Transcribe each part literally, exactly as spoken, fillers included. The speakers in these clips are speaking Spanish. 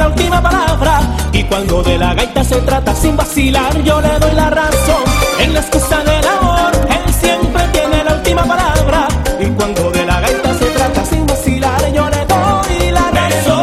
última palabra. Y cuando de la gaita se trata, sin vacilar, yo le doy la razón. En la excusa del amor, él siempre tiene la última palabra. Y cuando de la gaita se trata, sin vacilar, yo le doy la razón.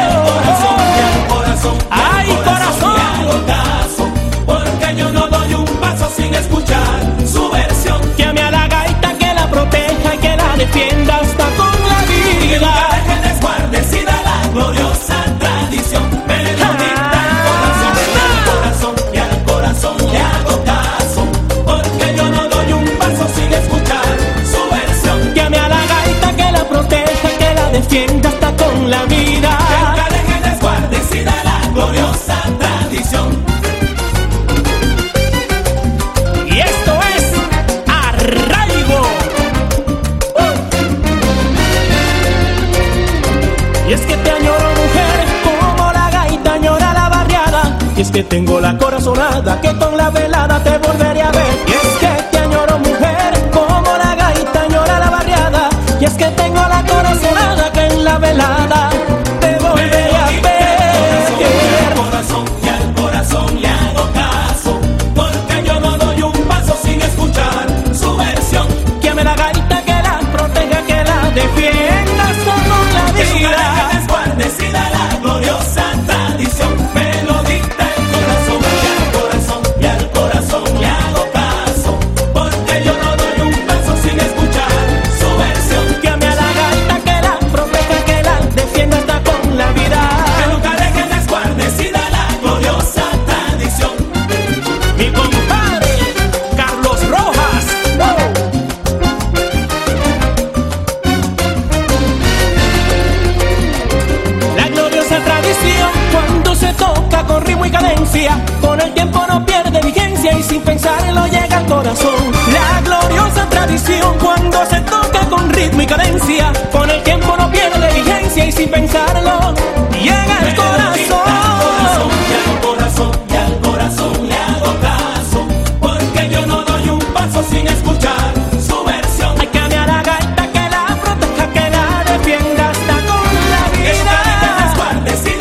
¡Ay, corazón! Porque yo no doy un paso sin escuchar su versión. Llame a la gaita que la proteja y que la defienda hasta con la vida. Que desguardecida la gloriosa tradición. Melodita al corazón, al corazón y al corazón le hago caso. Porque yo no doy un paso sin escuchar su versión. Llame a la gaita que la proteja y que la defienda hasta con la vida. Que desguardecida la gloriosa tradición. Y esto es Arraigo. Uh. Y es que te añoro, mujer, como la gaita añora la barriada. Y es que tengo la corazonada que con la velada te volveré a ver. Y es que te añoro, mujer, como la gaita añora la barriada. Y es que tengo la corazonada que en la velada te volveré a ver. Al corazón y al corazón le hago caso. Porque yo no doy un paso sin escuchar su versión. Llame la gaita que la proteja, que la defienda hasta con la vida. Que desguardecida la gloriosa tradición. Melodita al corazón y al corazón y al corazón le hago caso. Porque yo no doy un paso sin escuchar su versión. Llame a la gaita que la proteja, que la defienda hasta con la vida. Que nunca deje desguardecida la gloriosa tradición. Mi compadre Carlos Rojas. La gloriosa tradición cuando se toca con ritmo y cadencia, con el tiempo no pierde vigencia y sin pensarlo llega al corazón. La gloriosa tradición cuando se toca con ritmo y cadencia,